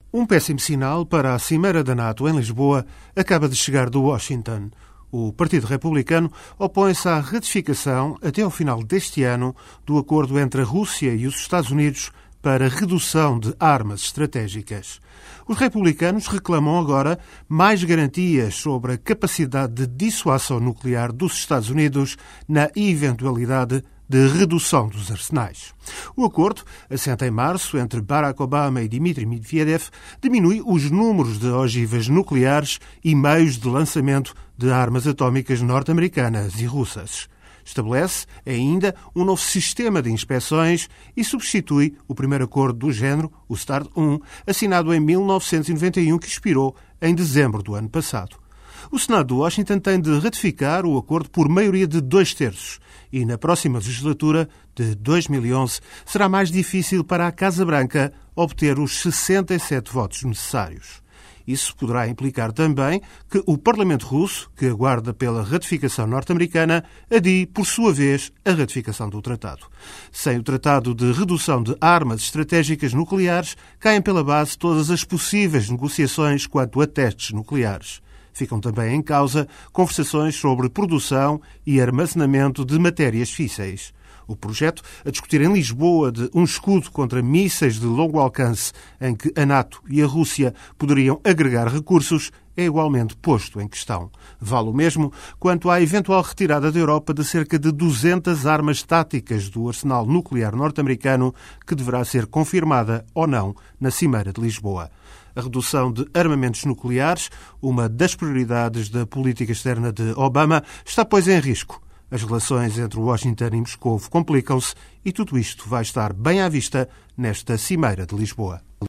Um péssimo sinal para a Cimeira da NATO em Lisboa acaba de chegar de Washington. O Partido Republicano opõe-se à ratificação, até ao final deste ano, do acordo entre a Rússia e os Estados Unidos para redução de armas estratégicas. Os republicanos reclamam agora mais garantias sobre a capacidade de dissuasão nuclear dos Estados Unidos na eventualidade de redução dos arsenais. O acordo, assente em março entre Barack Obama e Dmitry Medvedev, diminui os números de ogivas nucleares e meios de lançamento de armas atómicas norte-americanas e russas. Estabelece ainda um novo sistema de inspeções e substitui o primeiro acordo do género, o START I, assinado em 1991, que expirou em dezembro do ano passado. O Senado de Washington tem de ratificar o acordo por maioria de 2/3 e, na próxima legislatura de 2011, será mais difícil para a Casa Branca obter os 67 votos necessários. Isso poderá implicar também que o Parlamento russo, que aguarda pela ratificação norte-americana, adie, por sua vez, a ratificação do tratado. Sem o Tratado de Redução de Armas Estratégicas Nucleares, caem pela base todas as possíveis negociações quanto a testes nucleares. Ficam também em causa conversações sobre produção e armazenamento de matérias físseis. O projeto a discutir em Lisboa de um escudo contra mísseis de longo alcance em que a NATO e a Rússia poderiam agregar recursos é igualmente posto em questão. Vale o mesmo quanto à eventual retirada da Europa de cerca de 200 armas táticas do arsenal nuclear norte-americano, que deverá ser confirmada ou não na Cimeira de Lisboa. A redução de armamentos nucleares, uma das prioridades da política externa de Obama, está, pois, em risco. As relações entre Washington e Moscovo complicam-se e tudo isto vai estar bem à vista nesta Cimeira de Lisboa.